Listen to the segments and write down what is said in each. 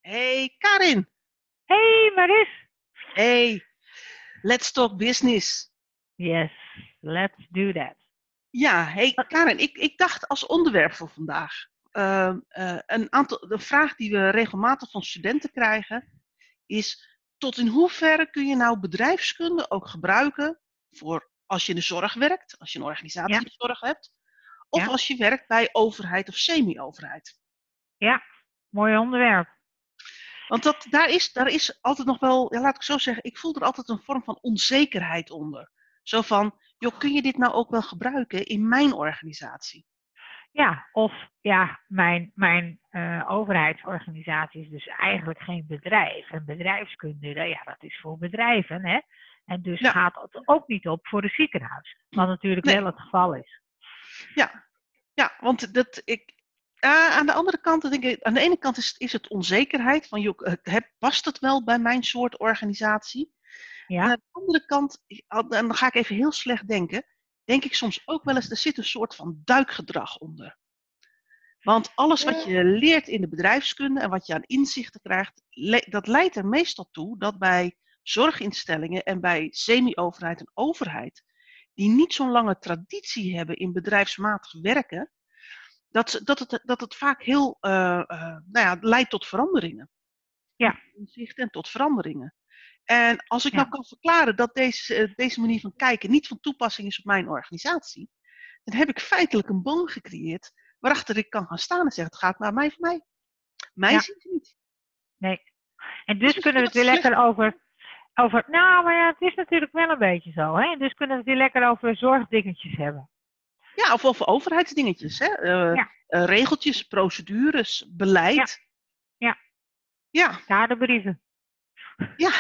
Hey Karin, Hey Maris. hey, let's talk business. Yes, let's do that. Ja, hey Karin, ik dacht als onderwerp voor vandaag. De vraag die we regelmatig van studenten krijgen is: tot in hoeverre kun je nou bedrijfskunde ook gebruiken voor als je in de zorg werkt, als je een organisatie Ja, in de zorg hebt, of ja, als je werkt bij overheid of semi-overheid? ja. Mooi onderwerp. Want daar is altijd nog wel, ja, laat ik zo zeggen, ik voel er altijd een vorm van onzekerheid onder. Zo van, joh, kun je dit nou ook wel gebruiken in mijn organisatie? Ja, of ja, mijn overheidsorganisatie is dus eigenlijk geen bedrijf. En bedrijfskunde, ja, dat is voor bedrijven, hè. En dus Ja, gaat het ook niet op voor een ziekenhuis. Wat natuurlijk wel nee, het geval is. ja, ja, want aan de andere kant, denk ik, aan de ene kant is het onzekerheid van, joh, past het wel bij mijn soort organisatie? En Ja, aan de andere kant, en dan ga ik even heel slecht denken, denk ik soms ook wel eens, er zit een soort van duikgedrag onder. Want alles wat je leert in de bedrijfskunde en wat je aan inzichten krijgt, dat leidt er meestal toe dat bij zorginstellingen en bij semi-overheid en overheid, die niet zo'n lange traditie hebben in bedrijfsmatig werken, dat het vaak heel nou ja, leidt tot veranderingen. ja, Inzichten en tot veranderingen. En als ik nou ja. kan verklaren dat deze manier van kijken niet van toepassing is op mijn organisatie, dan heb ik feitelijk een boom gecreëerd waarachter ik kan gaan staan en zeggen: het gaat maar mij voor mij. Mij Ja, zien ze niet. nee. En Dat is dus kunnen misschien we het wat weer lekker slecht. over, nou, maar ja, het is natuurlijk wel een beetje zo, hè. Dus kunnen we het weer lekker over zorgdingetjes hebben. Ja, of over overheidsdingetjes. Hè? Ja, Regeltjes, procedures, ja, beleid. ja. Ja, Kaderbrieven. ja.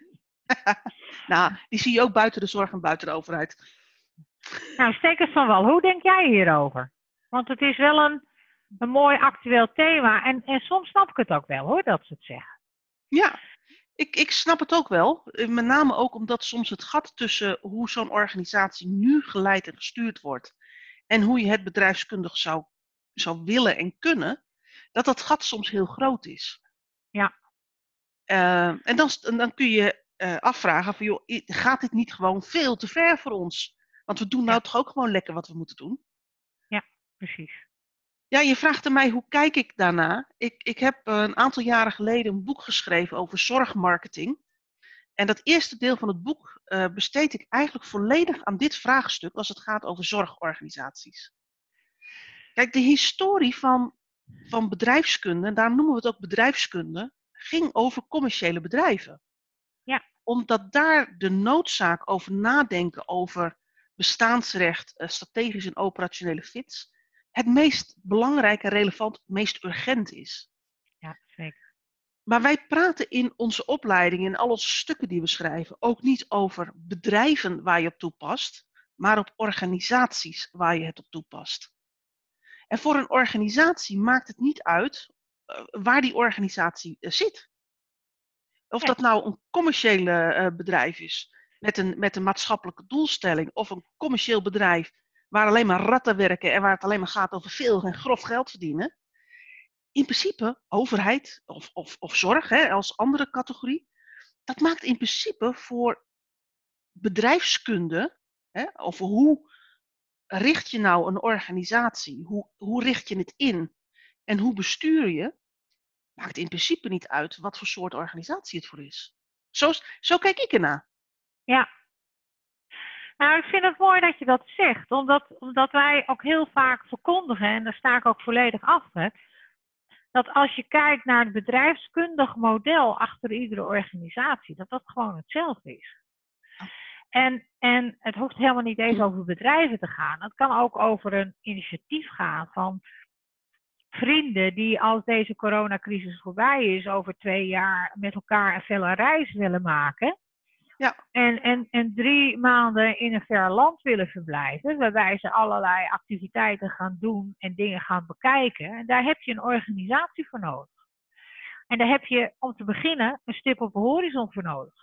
Nou, die zie je ook buiten de zorg en buiten de overheid. Nou, steek eens van wal. Hoe denk jij hierover? Want het is wel een mooi actueel thema. En soms snap ik het ook wel, hoor, dat ze het zeggen. Ja, ik snap het ook wel. Met name ook omdat soms het gat tussen hoe zo'n organisatie nu geleid en gestuurd wordt en hoe je het bedrijfskundig zou willen en kunnen, dat dat gat soms heel groot is. Ja, En dan kun je afvragen van, joh, gaat dit niet gewoon veel te ver voor ons? Want we doen nou ja, toch ook gewoon lekker wat we moeten doen? ja, precies. Ja, je vraagt aan mij, hoe kijk ik daarna? Ik heb een aantal jaren geleden een boek geschreven over zorgmarketing. En dat eerste deel van het boek besteed ik eigenlijk volledig aan dit vraagstuk als het gaat over zorgorganisaties. Kijk, de historie van bedrijfskunde, en daarom noemen we het ook bedrijfskunde, ging over commerciële bedrijven. Ja, Omdat daar de noodzaak over nadenken over bestaansrecht, strategisch en operationele fits, het meest belangrijk en relevant, het meest urgent is. ja, zeker. Maar wij praten in onze opleiding, in al onze stukken die we schrijven, ook niet over bedrijven waar je op toepast, maar op organisaties waar je het op toepast. En voor een organisatie maakt het niet uit waar die organisatie zit. Of Nee, dat nou een commerciële bedrijf is met een maatschappelijke doelstelling, of een commercieel bedrijf waar alleen maar ratten werken en waar het alleen maar gaat over veel en grof geld verdienen. In principe, overheid of zorg hè, als andere categorie, dat maakt in principe voor bedrijfskunde, hè, over hoe richt je nou een organisatie, hoe richt je het in en hoe bestuur je, maakt in principe niet uit wat voor soort organisatie het voor is. Zo kijk ik ernaar. ja. Nou, ik vind het mooi dat je dat zegt. Omdat wij ook heel vaak verkondigen, en daar sta ik ook volledig achter, dat als je kijkt naar het bedrijfskundig model achter iedere organisatie, dat dat gewoon hetzelfde is. En het hoeft helemaal niet eens over bedrijven te gaan. Het kan ook over een initiatief gaan van vrienden die als deze coronacrisis voorbij is, over 2 jaar met elkaar een felle reis willen maken. Ja, En 3 maanden in een ver land willen verblijven, waarbij ze allerlei activiteiten gaan doen en dingen gaan bekijken. En daar heb je een organisatie voor nodig. En daar heb je om te beginnen een stip op de horizon voor nodig.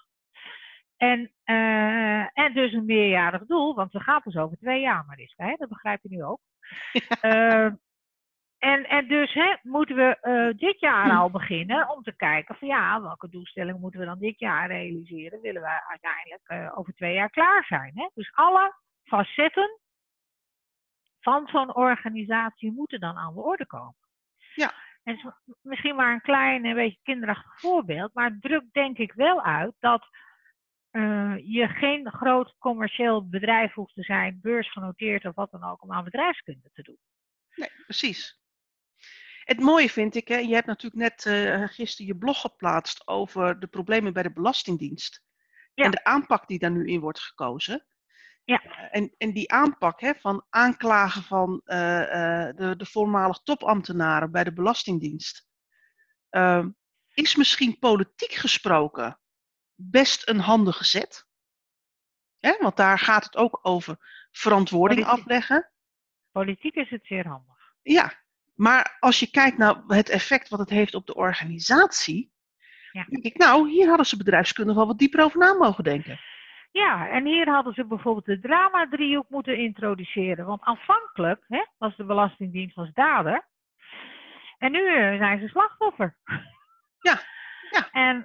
En dus een meerjarig doel, want we gaan dus over 2 jaar maar eens, hè? Dat begrijp je nu ook. Uh, En dus moeten we dit jaar al beginnen om te kijken van ja, welke doelstellingen moeten we dan dit jaar realiseren? Willen we uiteindelijk over 2 jaar klaar zijn? Hè? Dus alle facetten van zo'n organisatie moeten dan aan de orde komen. Ja. En het is misschien maar een klein, een beetje kinderachtig voorbeeld, maar het drukt denk ik wel uit dat je geen groot commercieel bedrijf hoeft te zijn, beursgenoteerd of wat dan ook, om aan bedrijfskunde te doen. Nee, precies. Het mooie vind ik, je hebt natuurlijk net gisteren je blog geplaatst over de problemen bij de Belastingdienst. Ja. En de aanpak die daar nu in wordt gekozen. Ja. En die aanpak van aanklagen van de voormalig topambtenaren bij de Belastingdienst is misschien politiek gesproken best een handige zet. Want daar gaat het ook over verantwoording afleggen. Politiek is het zeer handig. Ja, maar als je kijkt naar het effect wat het heeft op de organisatie, denk ik, nou, hier hadden ze bedrijfskundig wel wat dieper over na mogen denken. Ja, en hier hadden ze bijvoorbeeld de drama-driehoek moeten introduceren. Want aanvankelijk was de Belastingdienst als dader. En nu zijn ze slachtoffer. Ja. En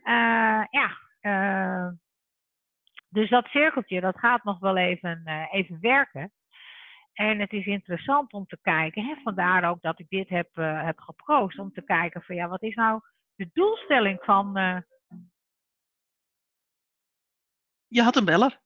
dus dat cirkeltje, dat gaat nog wel even werken. En het is interessant om te kijken, vandaar ook dat ik dit heb gepost, om te kijken van ja, wat is nou de doelstelling van... Je had een beller.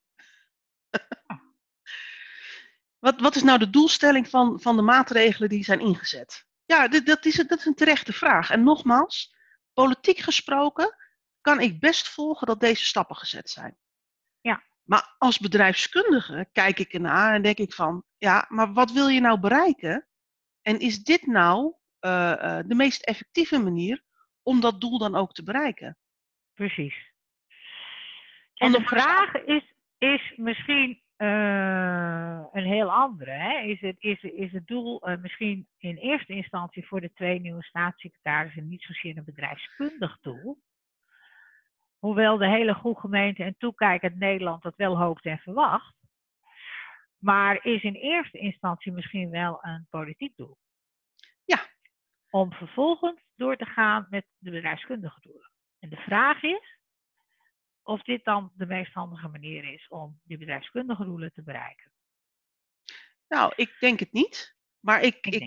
Wat is nou de doelstelling van de maatregelen die zijn ingezet? Ja, dat is een terechte vraag. En nogmaals, politiek gesproken kan ik best volgen dat deze stappen gezet zijn. Ja. Maar als bedrijfskundige kijk ik ernaar en denk ik van, ja, maar wat wil je nou bereiken? En is dit nou de meest effectieve manier om dat doel dan ook te bereiken? Precies. En de vraag is misschien een heel andere. Hè? Is het doel misschien in eerste instantie voor de 2 nieuwe staatssecretarissen niet zozeer een bedrijfskundig doel? Hoewel de hele goede gemeente en toekijkend Nederland dat wel hoopt en verwacht. Maar is in eerste instantie misschien wel een politiek doel. Ja. Om vervolgens door te gaan met de bedrijfskundige doelen. En de vraag is of dit dan de meest handige manier is om die bedrijfskundige doelen te bereiken. Nou, ik denk het niet. Maar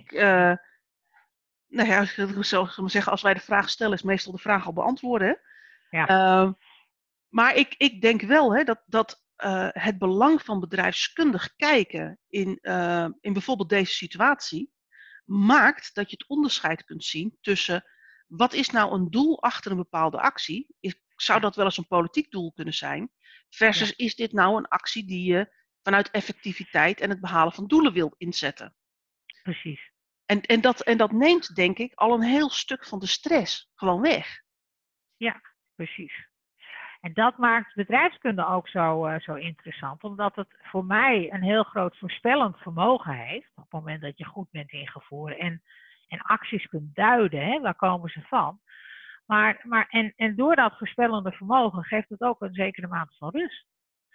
nou ja, ik zou zeggen, als wij de vraag stellen, is meestal de vraag al beantwoorden. Ja. Maar ik denk wel dat het belang van bedrijfskundig kijken in bijvoorbeeld deze situatie maakt dat je het onderscheid kunt zien tussen wat is nou een doel achter een bepaalde actie. Zou dat wel eens een politiek doel kunnen zijn? Versus is dit nou een actie die je vanuit effectiviteit en het behalen van doelen wil inzetten? Precies. En dat neemt, denk ik, al een heel stuk van de stress gewoon weg. Ja, precies. En dat maakt bedrijfskunde ook zo interessant, omdat het voor mij een heel groot voorspellend vermogen heeft. Op het moment dat je goed bent ingevoerd en acties kunt duiden, waar komen ze van. En door dat voorspellende vermogen geeft het ook een zekere mate van rust.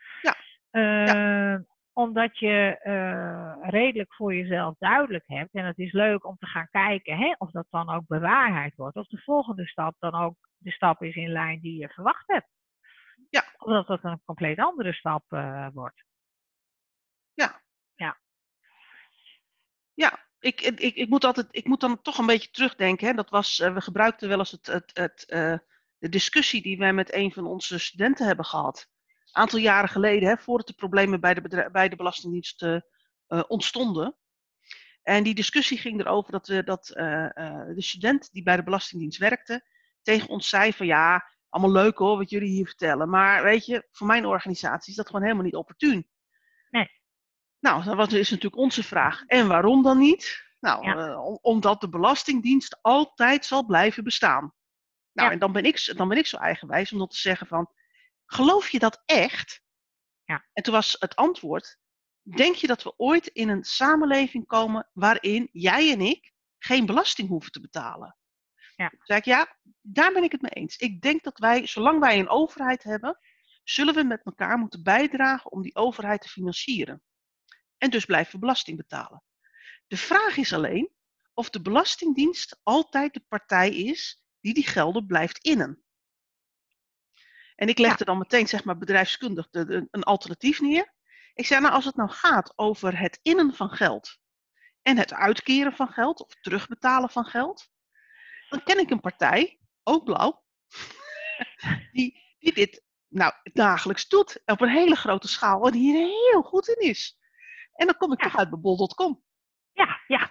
Ja. Omdat je redelijk voor jezelf duidelijk hebt. En het is leuk om te gaan kijken of dat dan ook bewaarheid wordt. Of de volgende stap dan ook de stap is in lijn die je verwacht hebt. Ja. Of dat dat een compleet andere stap wordt. Ja. Ja. Ja. Ik moet dan toch een beetje terugdenken. Dat was, we gebruikten wel eens de discussie die wij met een van onze studenten hebben gehad. Een aantal jaren geleden, voordat de problemen bij de Belastingdienst ontstonden. En die discussie ging erover dat de student die bij de Belastingdienst werkte tegen ons zei van ja, allemaal leuk hoor wat jullie hier vertellen. Maar weet je, voor mijn organisatie is dat gewoon helemaal niet opportun. Nee. Nou, dat is natuurlijk onze vraag. En waarom dan niet? Nou, omdat de Belastingdienst altijd zal blijven bestaan. Nou, en dan ben ik zo eigenwijs om dat te zeggen van, geloof je dat echt? Ja. En toen was het antwoord, denk je dat we ooit in een samenleving komen waarin jij en ik geen belasting hoeven te betalen? Ja. Toen zei ik, ja, daar ben ik het mee eens. Ik denk dat wij, zolang wij een overheid hebben, zullen we met elkaar moeten bijdragen om die overheid te financieren. En dus blijven we belasting betalen. De vraag is alleen, of de Belastingdienst altijd de partij is die gelden blijft innen. En ik legde dan meteen, zeg maar, bedrijfskundig een alternatief neer. Ik zei, nou, als het nou gaat over het innen van geld en het uitkeren van geld of terugbetalen van geld, dan ken ik een partij, ook blauw, die dit nou dagelijks doet op een hele grote schaal en hier heel goed in is. En dan kom ik toch uit bij bol.com. Ja.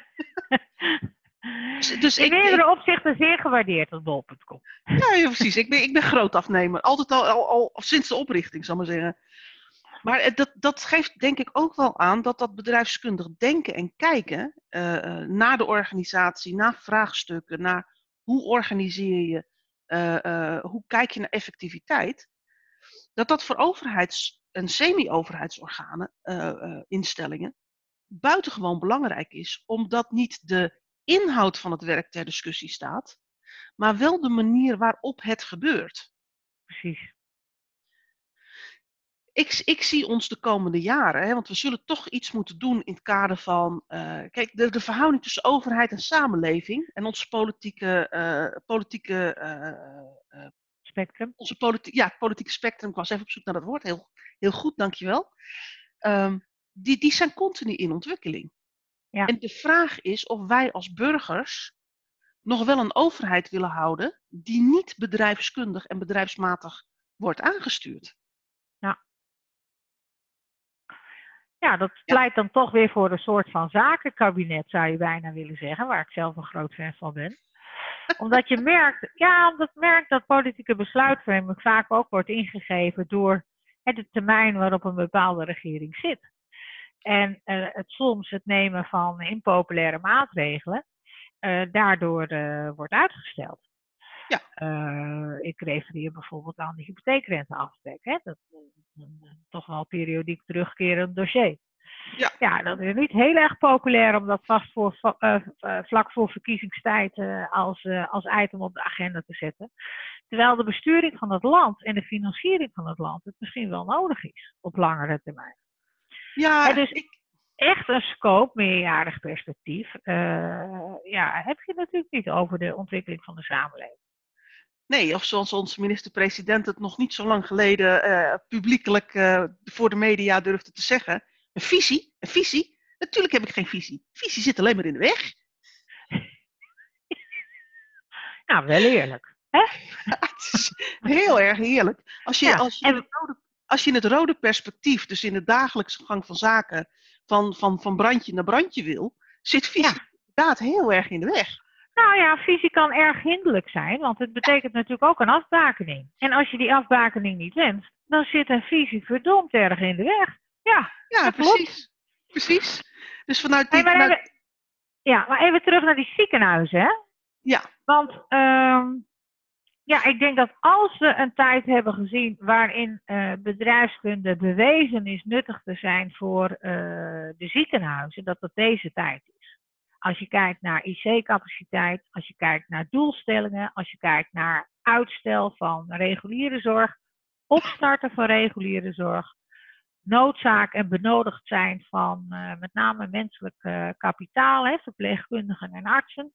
Dus in meerdere opzichten zeer gewaardeerd als bol.com. Ja, precies. Ik ben groot afnemer. Altijd al sinds de oprichting, zal ik maar zeggen. Maar dat geeft denk ik ook wel aan dat bedrijfskundig denken en kijken naar de organisatie, naar vraagstukken, naar hoe organiseer je, hoe kijk je naar effectiviteit, dat voor overheids- en semi-overheidsorganen, instellingen, buitengewoon belangrijk is, omdat niet de inhoud van het werk ter discussie staat, maar wel de manier waarop het gebeurt. Precies. Ik zie ons de komende jaren, want we zullen toch iets moeten doen in het kader van, kijk, de verhouding tussen overheid en samenleving en ons spectrum. Politieke spectrum, ik was even op zoek naar dat woord, heel goed, dankjewel. Die zijn continu in ontwikkeling. Ja. En de vraag is of wij als burgers nog wel een overheid willen houden die niet bedrijfskundig en bedrijfsmatig wordt aangestuurd. Ja, dat pleit dan toch weer voor een soort van zakenkabinet, zou je bijna willen zeggen, waar ik zelf een groot fan van ben. Omdat je merkt dat politieke besluitvorming vaak ook wordt ingegeven door de termijn waarop een bepaalde regering zit. En soms het nemen van impopulaire maatregelen daardoor wordt uitgesteld. Ja. Ik refereer bijvoorbeeld aan de hypotheekrenteaftrek. Dat is toch wel periodiek terugkerend dossier. Ja, dat is niet heel erg populair om dat vlak voor verkiezingstijd als item op de agenda te zetten. Terwijl de besturing van het land en de financiering van het land het misschien wel nodig is op langere termijn. Ja, dus echt een scope, meerjarig perspectief, heb je natuurlijk niet over de ontwikkeling van de samenleving. Nee, of zoals onze minister-president het nog niet zo lang geleden publiekelijk voor de media durfde te zeggen. Een visie? Natuurlijk heb ik geen visie. Visie zit alleen maar in de weg. Nou, wel eerlijk. Hè? Het is heel erg heerlijk. Als je in het rode perspectief, dus in de dagelijkse gang van zaken, van brandje naar brandje wil, zit visie inderdaad heel erg in de weg. Nou ja, visie kan erg hinderlijk zijn, want het betekent natuurlijk ook een afbakening. En als je die afbakening niet wenst, dan zit een visie verdomd erg in de weg. Ja, precies. Dus vanuit die... maar even terug naar die ziekenhuizen, hè? Ja. Want ik denk dat als we een tijd hebben gezien waarin bedrijfskunde bewezen is nuttig te zijn voor de ziekenhuizen, dat deze tijd is. Als je kijkt naar IC-capaciteit, als je kijkt naar doelstellingen, als je kijkt naar uitstel van reguliere zorg, opstarten van reguliere zorg, noodzaak en benodigd zijn van met name menselijk kapitaal, verpleegkundigen en artsen.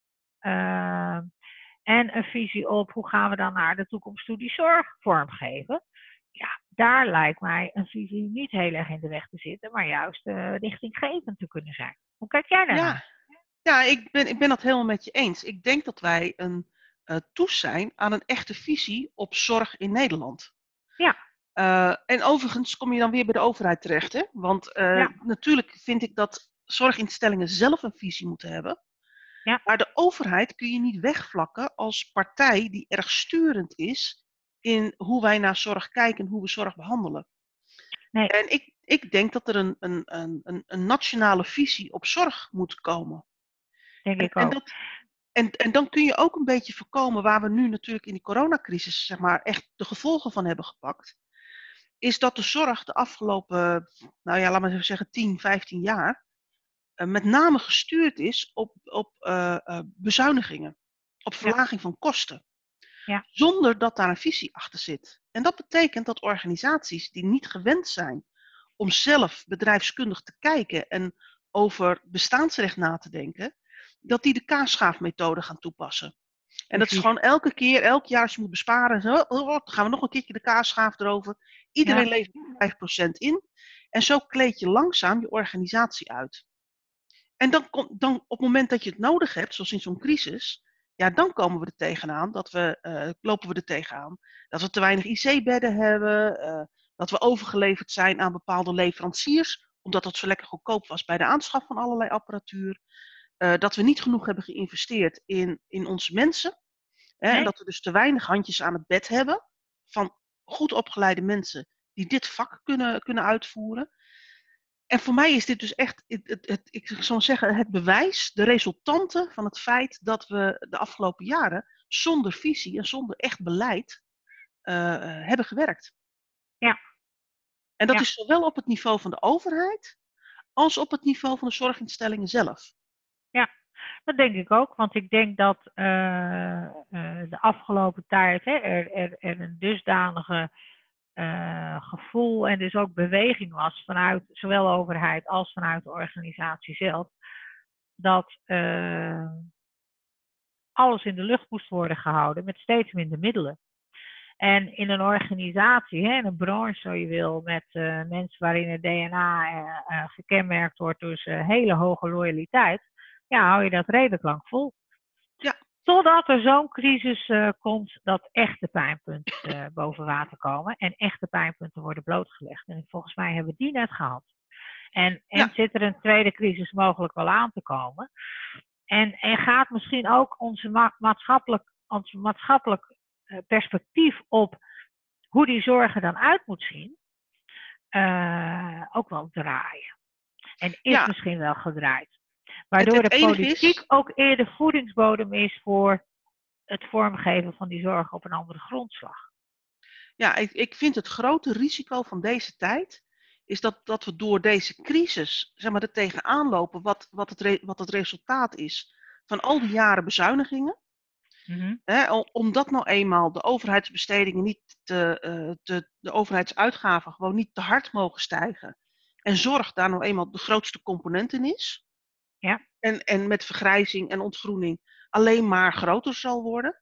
En een visie op hoe gaan we dan naar de toekomst toe die zorg vormgeven. Ja, daar lijkt mij een visie niet heel erg in de weg te zitten, maar juist richtinggevend te kunnen zijn. Hoe kijk jij daarnaar? Ja, ik ben dat helemaal met je eens. Ik denk dat wij toe zijn aan een echte visie op zorg in Nederland. Ja. En overigens kom je dan weer bij de overheid terecht. Hè? Want natuurlijk vind ik dat zorginstellingen zelf een visie moeten hebben. Ja. Maar de overheid kun je niet wegvlakken als partij die erg sturend is in hoe wij naar zorg kijken en hoe we zorg behandelen. Nee. En ik denk dat er een nationale visie op zorg moet komen. Denk ik ook. En dan kun je ook een beetje voorkomen waar we nu natuurlijk in die coronacrisis zeg maar echt de gevolgen van hebben gepakt. Is dat de zorg de afgelopen, laten we even zeggen 10, 15 jaar met name gestuurd is op bezuinigingen, op verlaging van kosten. Ja. Zonder dat daar een visie achter zit. En dat betekent dat organisaties die niet gewend zijn om zelf bedrijfskundig te kijken en over bestaansrecht na te denken, dat die de kaasschaafmethode gaan toepassen. En dat is Precies. gewoon elke keer, elk jaar als je moet besparen, zo, dan gaan we nog een keertje de kaasschaaf erover. Iedereen Ja. levert 5% in. En zo kleed je langzaam je organisatie uit. En dan op het moment dat je het nodig hebt, zoals in zo'n crisis, ja, dan komen we er tegenaan lopen we er tegenaan dat we te weinig IC-bedden hebben, dat we overgeleverd zijn aan bepaalde leveranciers, omdat het zo lekker goedkoop was bij de aanschaf van allerlei apparatuur. Dat we niet genoeg hebben geïnvesteerd in onze mensen. Nee. En dat we dus te weinig handjes aan het bed hebben van goed opgeleide mensen die dit vak kunnen uitvoeren. En voor mij is dit dus echt, ik zou zeggen, het bewijs, de resultanten van het feit dat we de afgelopen jaren zonder visie en zonder echt beleid hebben gewerkt. Ja. En dat Ja. is zowel op het niveau van de overheid als op het niveau van de zorginstellingen zelf. Ja, dat denk ik ook. Want ik denk dat de afgelopen tijd er een dusdanige gevoel en dus ook beweging was vanuit zowel de overheid als vanuit de organisatie zelf. Dat alles in de lucht moest worden gehouden met steeds minder middelen. En in een organisatie, in een branche zo je wil, met mensen waarin het DNA gekenmerkt wordt door hele hoge loyaliteit, ja, hou je dat redelijk lang vol. Ja. Totdat er zo'n crisis komt dat echte pijnpunten boven water komen en echte pijnpunten worden blootgelegd. En volgens mij hebben we die net gehad. En zit er een tweede crisis mogelijk wel aan te komen. En gaat misschien ook onze maatschappelijk perspectief op hoe die zorg er dan uit moet zien, ook wel draaien. En is misschien wel gedraaid. Waardoor de politiek ook eerder voedingsbodem is voor het vormgeven van die zorg op een andere grondslag. Ja, ik vind het grote risico van deze tijd is dat we door deze crisis, zeg maar, er tegenaan lopen wat het resultaat is van al die jaren bezuinigingen. Mm-hmm. Omdat nou eenmaal de overheidsbestedingen de overheidsuitgaven gewoon niet te hard mogen stijgen. En zorg daar nou eenmaal de grootste component in is. Ja. En met vergrijzing en ontgroening alleen maar groter zal worden.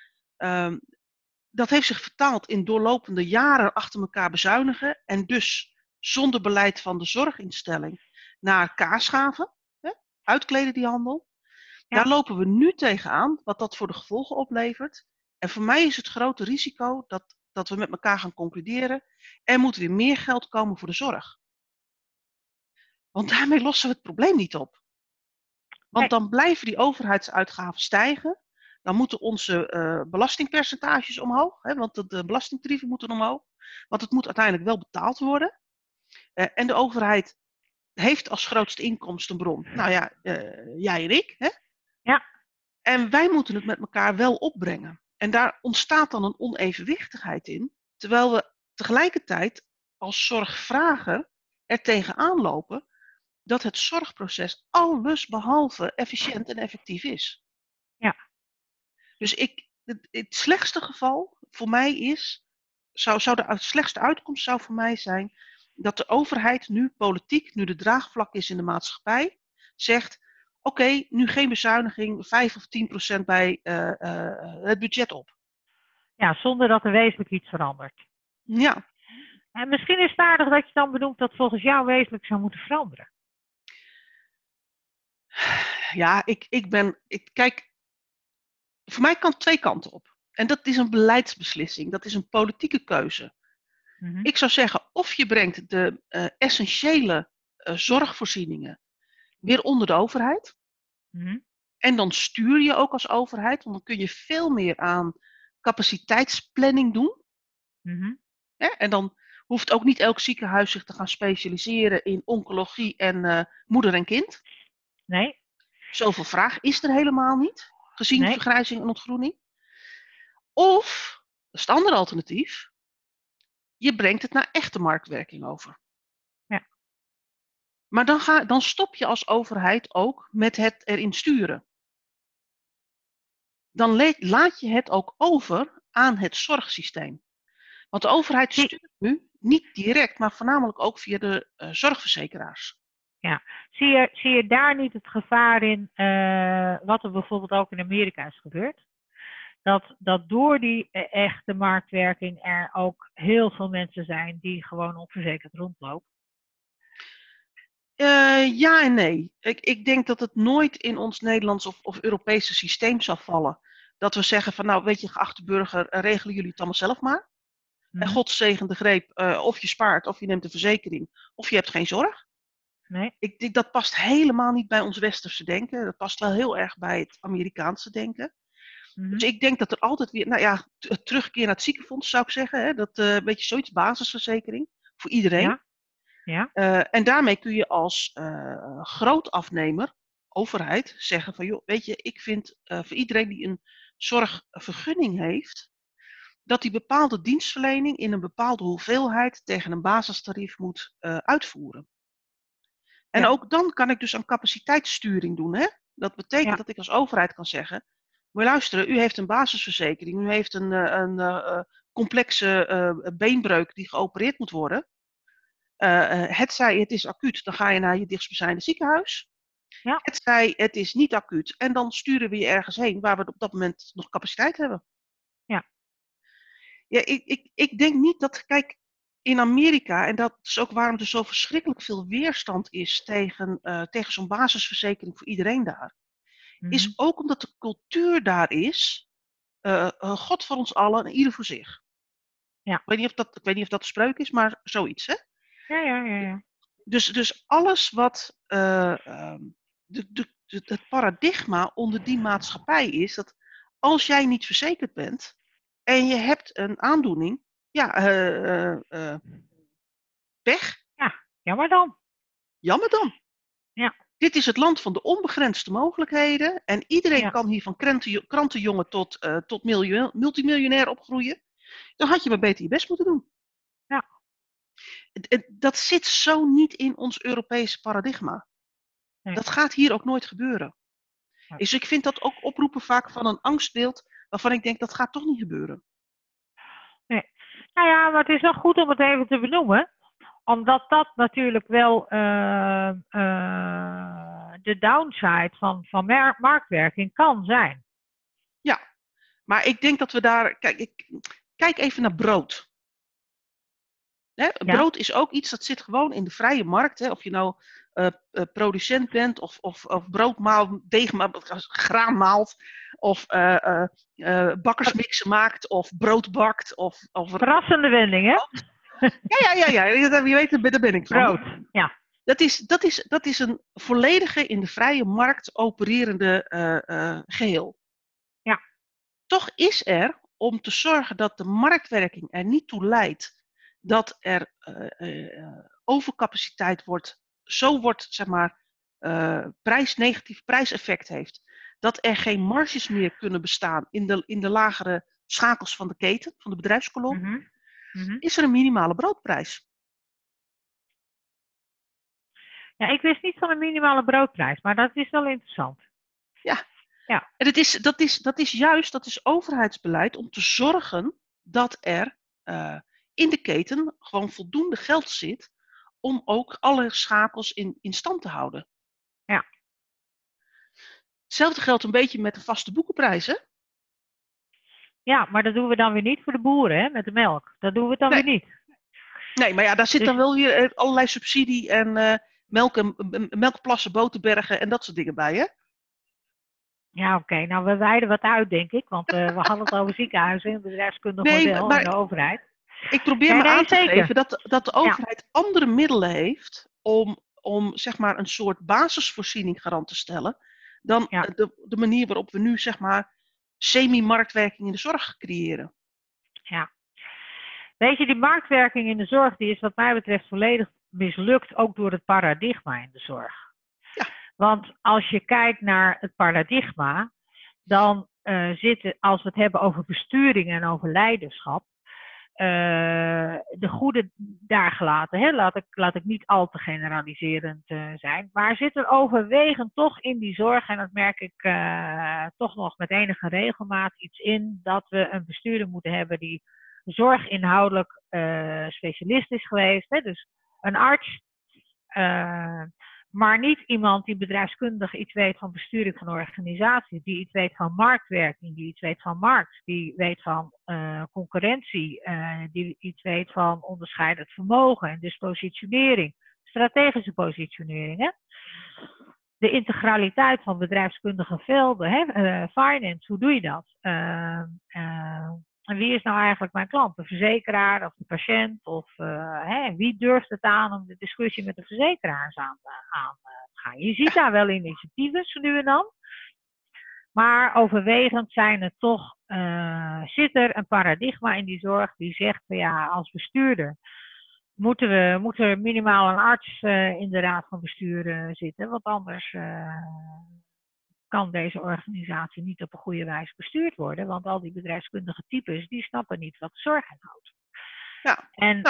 Dat heeft zich vertaald in doorlopende jaren achter elkaar bezuinigen. En dus zonder beleid van de zorginstelling naar kaasschaven. Uitkleden die handel. Ja. Daar lopen we nu tegenaan, wat dat voor de gevolgen oplevert. En voor mij is het grote risico dat we met elkaar gaan concluderen. Er moet weer meer geld komen voor de zorg. Want daarmee lossen we het probleem niet op. Want dan blijven die overheidsuitgaven stijgen. Dan moeten onze belastingpercentages omhoog. Want de belastingtarieven moeten omhoog. Want het moet uiteindelijk wel betaald worden. En de overheid heeft als grootste inkomstenbron, nou ja, jij en ik. Hè? Ja. En wij moeten het met elkaar wel opbrengen. En daar ontstaat dan een onevenwichtigheid in. Terwijl we tegelijkertijd als zorgvrager er tegenaan lopen dat het zorgproces alles behalve efficiënt en effectief is. Ja. Dus het slechtste geval voor mij is, de slechtste uitkomst zou voor mij zijn dat de overheid nu politiek, nu de draagvlak is in de maatschappij, zegt, oké, nu geen bezuiniging, 5 of 10% bij het budget op. Ja, zonder dat er wezenlijk iets verandert. Ja. En misschien is het aardig dat je dan benoemt dat volgens jou wezenlijk zou moeten veranderen. Ja, kijk, voor mij kan het twee kanten op. En dat is een beleidsbeslissing, dat is een politieke keuze. Mm-hmm. Ik zou zeggen, of je brengt de essentiële zorgvoorzieningen weer onder de overheid. Mm-hmm. En dan stuur je ook als overheid, want dan kun je veel meer aan capaciteitsplanning doen. Mm-hmm. En dan hoeft ook niet elk ziekenhuis zich te gaan specialiseren in oncologie en moeder en kind. Nee. Zoveel vraag is er helemaal niet, gezien vergrijzing en ontgroening. Of, dat is het andere alternatief, je brengt het naar echte marktwerking over. Ja. Maar dan stop je als overheid ook met het erin sturen. Dan laat je het ook over aan het zorgsysteem. Want de overheid stuurt nu niet direct, maar voornamelijk ook via de zorgverzekeraars. Zie je daar niet het gevaar in, wat er bijvoorbeeld ook in Amerika is gebeurd? Dat door die echte marktwerking er ook heel veel mensen zijn die gewoon onverzekerd rondlopen. Ja en nee. Ik denk dat het nooit in ons Nederlands of Europese systeem zal vallen. Dat we zeggen van nou weet je geachte burger, regelen jullie het allemaal zelf maar. En God zegen de greep, of je spaart, of je neemt een verzekering, of je hebt geen zorg. Nee. Ik denk dat past helemaal niet bij ons westerse denken. Dat past wel heel erg bij het Amerikaanse denken. Dus ik denk dat er altijd weer, nou ja, terugkeer naar het ziekenfonds zou ik zeggen. Hè, dat een beetje zoiets basisverzekering voor iedereen. Ja. En daarmee kun je als grootafnemer, overheid, zeggen van joh, weet je, ik vind voor iedereen die een zorgvergunning heeft, dat die bepaalde dienstverlening in een bepaalde hoeveelheid tegen een basistarief moet uitvoeren. En ook dan kan ik dus aan capaciteitssturing doen. Hè? Dat betekent dat ik als overheid kan zeggen, maar luisteren, u heeft een basisverzekering, u heeft een complexe beenbreuk die geopereerd moet worden. Het is acuut, dan ga je naar je dichtstbijzijnde ziekenhuis. Ja. Het is niet acuut en dan sturen we je ergens heen waar we op dat moment nog capaciteit hebben. Ja, ik denk niet dat, kijk, in Amerika, en dat is ook waarom er zo verschrikkelijk veel weerstand is tegen zo'n basisverzekering voor iedereen daar, is ook omdat de cultuur daar is, God voor ons allen en ieder voor zich. Ja. Ik weet niet of dat de spreuk is, maar zoiets, hè? Ja. Dus alles wat het paradigma onder die maatschappij is, dat als jij niet verzekerd bent en je hebt een aandoening, ja, pech. Ja, jammer dan. Jammer dan. Ja. Dit is het land van de onbegrensde mogelijkheden en iedereen kan hier van krantenjongen tot multimiljonair opgroeien. Dan had je maar beter je best moeten doen. Ja. Dat zit zo niet in ons Europese paradigma. Nee. Dat gaat hier ook nooit gebeuren. Ja. Dus ik vind dat ook oproepen vaak van een angstbeeld waarvan ik denk dat gaat toch niet gebeuren. Nee. Nou ja, maar het is wel goed om het even te benoemen. Omdat dat natuurlijk wel de downside van marktwerking kan zijn. Ja, maar ik denk dat we daar... Kijk even naar brood. Hè? Brood is ook iets dat zit gewoon in de vrije markt. Hè? Of je nou producent bent of brood maalt, graan maalt. Of bakkersmixen maakt of brood bakt. Of verrassende wending, hè? Ja. Wie weet, daar ben ik van. Brood, ja. Dat is een volledige in de vrije markt opererende geheel. Ja. Toch is er, om te zorgen dat de marktwerking er niet toe leidt dat er overcapaciteit wordt, zeg maar, negatief prijseffect heeft, dat er geen marges meer kunnen bestaan in de lagere schakels van de keten, van de bedrijfskolom, is er een minimale broodprijs. Ja, ik wist niet van een minimale broodprijs, maar dat is wel interessant. Ja. En dat is overheidsbeleid om te zorgen dat er in de keten gewoon voldoende geld zit om ook alle schakels in stand te houden. Ja. Hetzelfde geldt een beetje met de vaste boekenprijs, hè? Ja, maar dat doen we dan weer niet voor de boeren, hè, met de melk. Dat doen we het dan weer niet. Nee, maar ja, daar zit dan wel weer allerlei subsidie en melkplassen, boterbergen en dat soort dingen bij, hè? Ja, oké. Nou, we wijden wat uit, denk ik. Want we hadden het over ziekenhuizen, een bedrijfskundig model en de overheid. Ik probeer me aan te geven dat de overheid andere middelen heeft om zeg maar een soort basisvoorziening garant te stellen dan de manier waarop we nu zeg maar semi-marktwerking in de zorg creëren. Ja. Weet je, die marktwerking in de zorg die is wat mij betreft volledig mislukt, ook door het paradigma in de zorg. Ja. Want als je kijkt naar het paradigma, dan zitten, als we het hebben over besturing en over leiderschap, de goede daar gelaten. Hè? Laat ik niet al te generaliserend zijn. Maar zit er overwegend toch in die zorg, en dat merk ik toch nog met enige regelmaat iets in, dat we een bestuurder moeten hebben die zorginhoudelijk specialist is geweest. Hè? Dus een arts. Maar niet iemand die bedrijfskundig iets weet van besturing van organisaties, die iets weet van marktwerking, die iets weet van markt, die weet van concurrentie, die iets weet van onderscheidend vermogen en dus positionering, strategische positionering. Hè? De integraliteit van bedrijfskundige velden, finance, hoe doe je dat? En wie is nou eigenlijk mijn klant? De verzekeraar of de patiënt? Of wie durft het aan om de discussie met de verzekeraars aan te gaan? Je ziet daar wel initiatieven zo nu en dan. Maar overwegend zijn het toch, zit er een paradigma in die zorg die zegt van ja, als bestuurder moet er minimaal een arts in de raad van bestuur zitten. Want anders kan deze organisatie niet op een goede wijze bestuurd worden. Want al die bedrijfskundige types, die snappen niet wat de zorg inhoudt. Ja,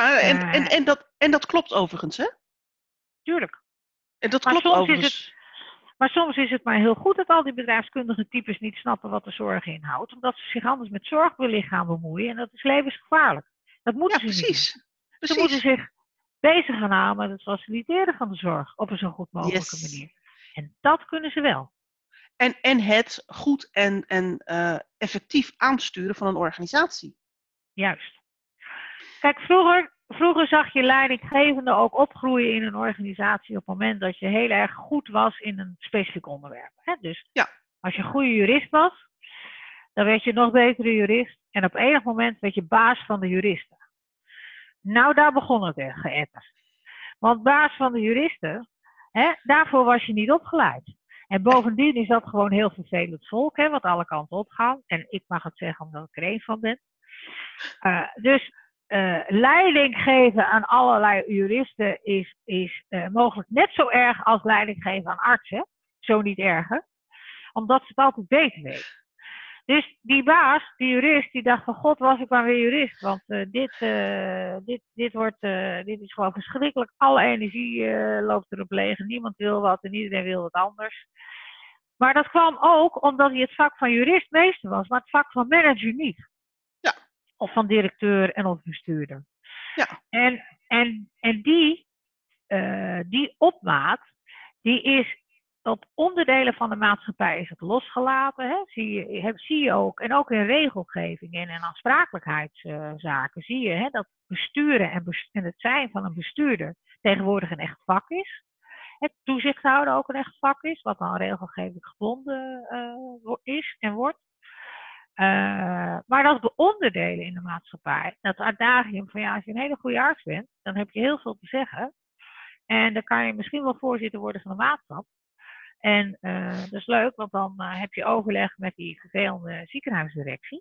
en dat klopt overigens, hè? Tuurlijk. En dat klopt overigens. Maar soms is het maar heel goed dat al die bedrijfskundige types niet snappen wat de zorg inhoudt. Omdat ze zich anders met zorgbelicht gaan bemoeien. En dat is levensgevaarlijk. Dat moeten ze niet doen. Ze moeten zich bezig gaan houden met het faciliteren van de zorg op een zo goed mogelijke manier. En dat kunnen ze wel. En het goed en effectief aansturen van een organisatie. Juist. Kijk, vroeger zag je leidinggevende ook opgroeien in een organisatie op het moment dat je heel erg goed was in een specifiek onderwerp. Hè? Dus als je een goede jurist was, dan werd je nog betere jurist. En op enig moment werd je baas van de juristen. Nou, daar begon het echt geëtterd. Want baas van de juristen, daarvoor was je niet opgeleid. En bovendien is dat gewoon heel vervelend volk, wat alle kanten op gaat. En ik mag het zeggen omdat ik er één van ben. Dus leiding geven aan allerlei juristen is mogelijk net zo erg als leiding geven aan artsen. Zo niet erger. Omdat ze het altijd beter weten. Dus die baas, die jurist, die dacht van god was ik maar weer jurist. Want dit is gewoon verschrikkelijk. Alle energie loopt erop leeg en niemand wil wat en iedereen wil wat anders. Maar dat kwam ook omdat hij het vak van jurist meester was, maar het vak van manager niet. Ja. Of van directeur en of bestuurder. Ja. En die opmaat, die is op onderdelen van de maatschappij is het losgelaten. Hè? Zie je ook. En ook in regelgeving en in aansprakelijkheidszaken zie je dat besturen en het zijn van een bestuurder tegenwoordig een echt vak is. Het toezichthouder ook een echt vak is, wat dan regelgeving gebonden is en wordt. Maar dat de onderdelen in de maatschappij, dat adagium van ja, als je een hele goede arts bent, dan heb je heel veel te zeggen. En dan kan je misschien wel voorzitter worden van de maatschap. En dat is leuk, want dan heb je overleg met die vervelende ziekenhuisdirectie.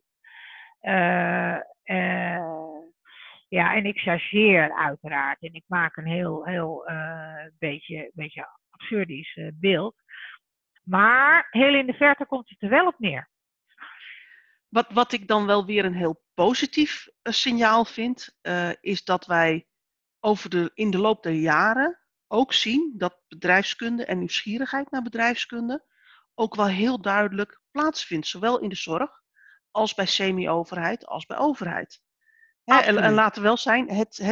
Ja, en ik chargeer uiteraard. En ik maak een heel beetje absurdisch beeld. Maar heel in de verte komt het er wel op neer. Wat ik dan wel weer een heel positief signaal vind, is dat wij in de loop der jaren ook zien dat bedrijfskunde en nieuwsgierigheid naar bedrijfskunde ook wel heel duidelijk plaatsvindt. Zowel in de zorg als bij semi-overheid als bij overheid. En laten we wel zijn,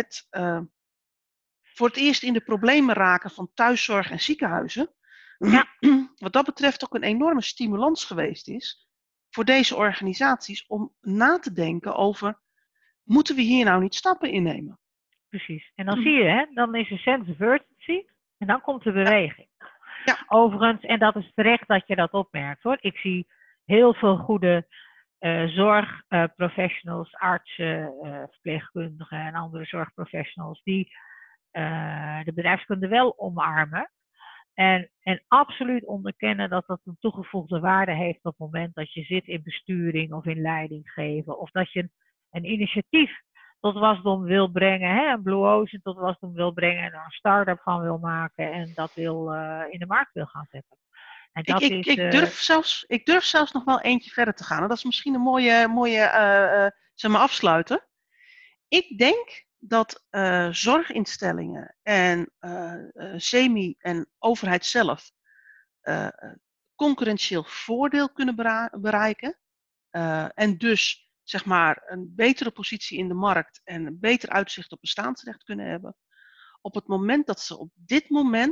voor het eerst in de problemen raken van thuiszorg en ziekenhuizen, wat dat betreft ook een enorme stimulans geweest is voor deze organisaties om na te denken over, moeten we hier nou niet stappen innemen? Precies. En dan zie je, dan is er sense of urgency en dan komt de beweging. Ja. Overigens, en dat is terecht dat je dat opmerkt hoor. Ik zie heel veel goede zorgprofessionals, artsen, verpleegkundigen en andere zorgprofessionals die de bedrijfskunde wel omarmen. En absoluut onderkennen dat dat een toegevoegde waarde heeft op het moment dat je zit in besturing of in leiding geven. Of dat je een initiatief tot wasdom wil brengen, een Blue Ocean tot wasdom wil brengen en er een start-up van wil maken en dat wil in de markt wil gaan zetten. En dat ik durf zelfs nog wel eentje verder te gaan. En dat is misschien een mooie zeg maar afsluiter. Ik denk dat zorginstellingen en semi- en overheid zelf concurrentieel voordeel kunnen bereiken. En dus zeg maar een betere positie in de markt en een beter uitzicht op bestaansrecht kunnen hebben. Op het moment dat ze op dit moment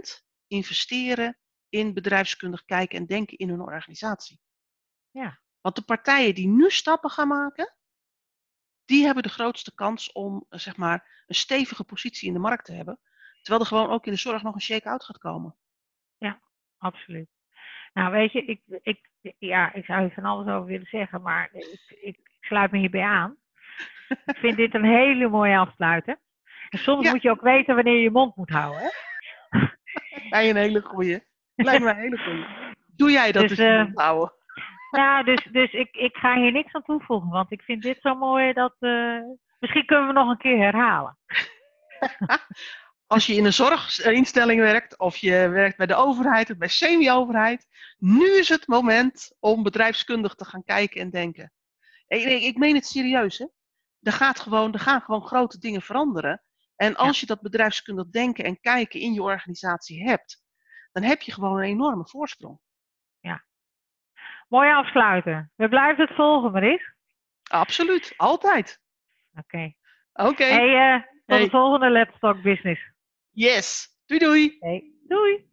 investeren in bedrijfskundig kijken en denken in hun organisatie. Ja. Want de partijen die nu stappen gaan maken, die hebben de grootste kans om zeg maar een stevige positie in de markt te hebben. Terwijl er gewoon ook in de zorg nog een shake-out gaat komen. Ja, absoluut. Nou, weet je, ik zou hier van alles over willen zeggen, maar ik sluit me hierbij aan. Ik vind dit een hele mooie afsluiter. En soms Ja. moet je ook weten wanneer je je mond moet houden. Hè? Een hele goeie. Lijkt me een hele goeie. Doe jij dat dus je mond houden? Nou, dus ik ga hier niks aan toevoegen, want ik vind dit zo mooi dat... misschien kunnen we nog een keer herhalen. Als je in een zorginstelling werkt of je werkt bij de overheid of bij semi-overheid, nu is het moment om bedrijfskundig te gaan kijken en denken. Ik meen het serieus, hè? Er gaan gewoon grote dingen veranderen. En als je dat bedrijfskundig denken en kijken in je organisatie hebt, dan heb je gewoon een enorme voorsprong. Ja. Mooi afsluiten. We blijven het volgen, Maris. Absoluut, altijd. Oké. Oké. Hey, tot de volgende Let's Talk Business. Yes. Doei doei. Hey, doei.